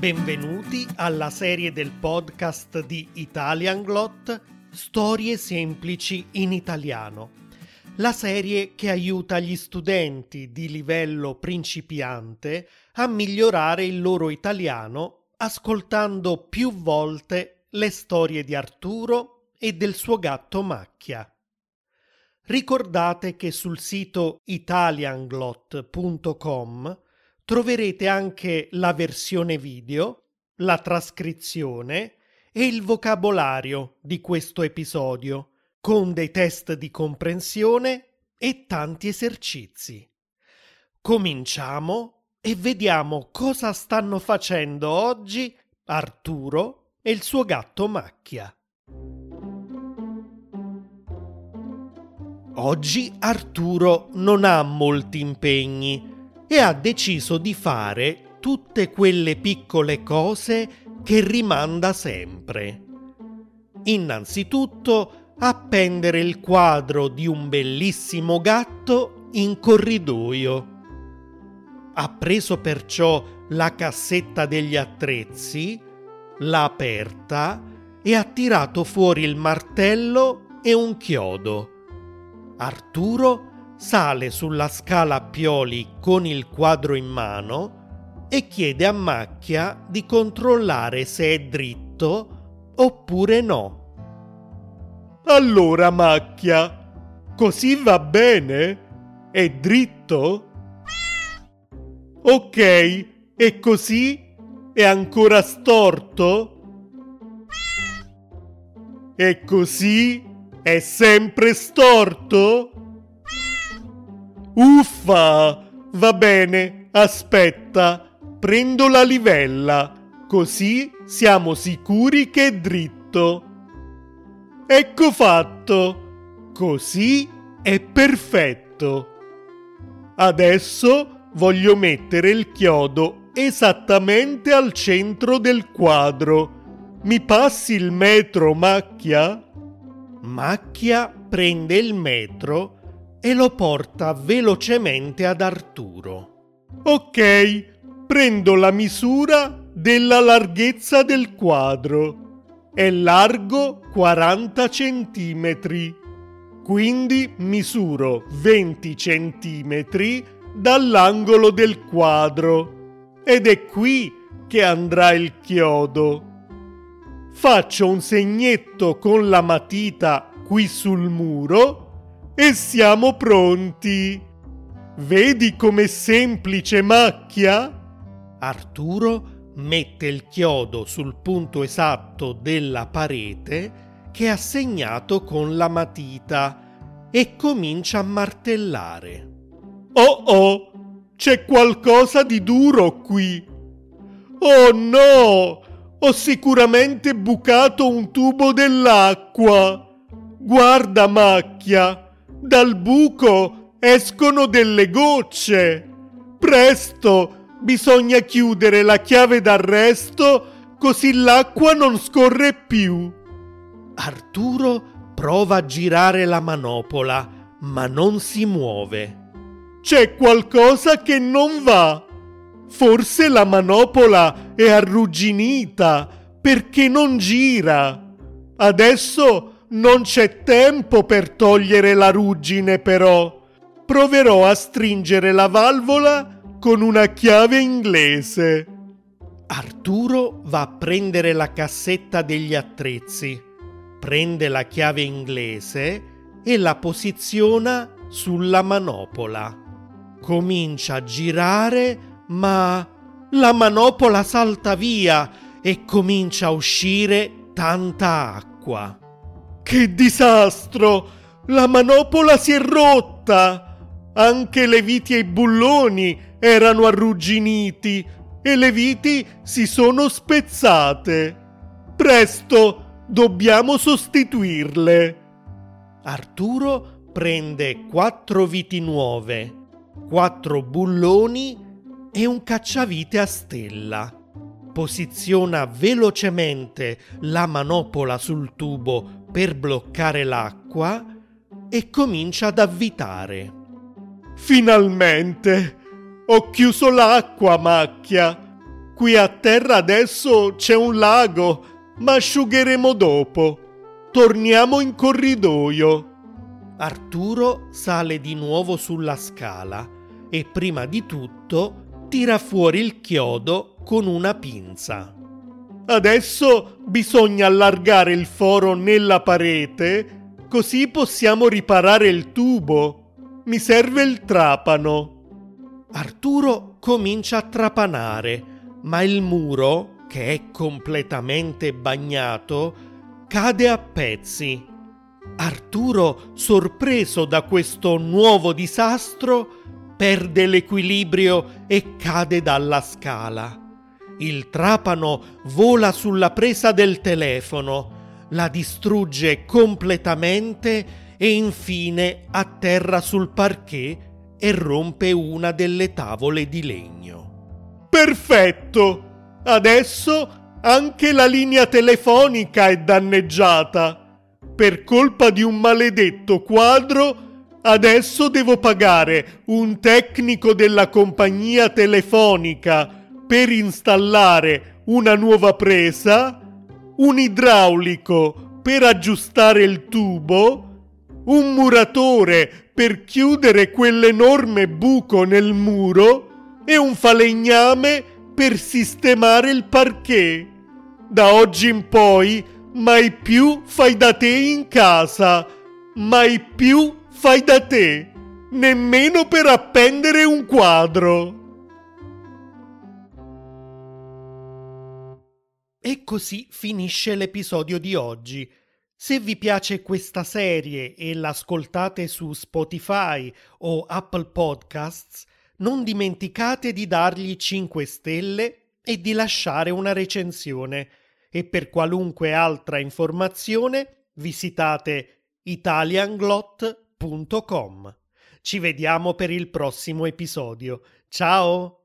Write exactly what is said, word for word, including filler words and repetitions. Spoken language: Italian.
Benvenuti alla serie del podcast di Italianglot Storie semplici in italiano, la serie che aiuta gli studenti di livello principiante a migliorare il loro italiano ascoltando più volte le storie di Arturo e del suo gatto Macchia. Ricordate che sul sito italianglot punto com troverete anche la versione video, la trascrizione e il vocabolario di questo episodio, con dei test di comprensione e tanti esercizi. Cominciamo e vediamo cosa stanno facendo oggi Arturo e il suo gatto Macchia. Oggi Arturo non ha molti impegni e ha deciso di fare tutte quelle piccole cose che rimanda sempre. Innanzitutto, appendere il quadro di un bellissimo gatto in corridoio. Ha preso perciò la cassetta degli attrezzi, l'ha aperta e ha tirato fuori il martello e un chiodo. Arturo sale sulla scala a pioli con il quadro in mano e chiede a Macchia di controllare se è dritto oppure no. Allora Macchia, così va bene? È dritto? Ok, e così? È ancora storto? E così? È sempre storto? Uffa! Va bene, aspetta, prendo la livella, così siamo sicuri che è dritto. Ecco fatto! Così è perfetto. Adesso voglio mettere il chiodo esattamente al centro del quadro. Mi passi il metro, Macchia? Macchia prende il metro e lo porta velocemente ad Arturo. Ok, prendo la misura della larghezza del quadro. È largo quaranta centimetri. Quindi misuro venti centimetri dall'angolo del quadro. Ed è qui che andrà il chiodo. Faccio un segnetto con la matita qui sul muro e siamo pronti. Vedi com'è semplice, Macchia? Arturo mette il chiodo sul punto esatto della parete che ha segnato con la matita e comincia a martellare. Oh oh, c'è qualcosa di duro qui. Oh no, ho sicuramente bucato un tubo dell'acqua. Guarda, Macchia, dal buco escono delle gocce. Presto, bisogna chiudere la chiave d'arresto così l'acqua non scorre più. Arturo prova a girare la manopola, ma non si muove. C'è qualcosa che non va. Forse la manopola è arrugginita perché non gira. Adesso non c'è tempo per togliere la ruggine, però. Proverò a stringere la valvola con una chiave inglese. Arturo va a prendere la cassetta degli attrezzi, prende la chiave inglese e la posiziona sulla manopola. Comincia a girare, ma la manopola salta via e comincia a uscire tanta acqua. Che disastro! La manopola si è rotta! Anche le viti e i bulloni erano arrugginiti e le viti si sono spezzate. Presto, dobbiamo sostituirle. Arturo prende quattro viti nuove, quattro bulloni e un cacciavite a stella. Posiziona velocemente la manopola sul tubo per bloccare l'acqua e comincia ad avvitare. Finalmente! Ho chiuso l'acqua, Macchia! qui a terra adesso c'è un lago, ma asciugheremo dopo. Torniamo in corridoio. Arturo sale di nuovo sulla scala e prima di tutto tira fuori il chiodo con una pinza. Adesso bisogna allargare il foro nella parete, così possiamo riparare il tubo. Mi serve il trapano. Arturo comincia a trapanare, ma il muro, che è completamente bagnato, cade a pezzi. Arturo, sorpreso da questo nuovo disastro, perde l'equilibrio e cade dalla scala. Il trapano vola sulla presa del telefono, la distrugge completamente e infine atterra sul parquet e rompe una delle tavole di legno. Perfetto! Adesso anche la linea telefonica è danneggiata. Per colpa di un maledetto quadro, adesso devo pagare un tecnico della compagnia telefonica per installare una nuova presa, un idraulico per aggiustare il tubo, un muratore per chiudere quell'enorme buco nel muro e un falegname per sistemare il parquet. Da oggi in poi mai più fai da te in casa, mai più fai da te, nemmeno per appendere un quadro. E così finisce l'episodio di oggi. Se vi piace questa serie e l'ascoltate su Spotify o Apple Podcasts, non dimenticate di dargli cinque stelle e di lasciare una recensione. E per qualunque altra informazione visitate italianglot punto com. Ci vediamo per il prossimo episodio. Ciao!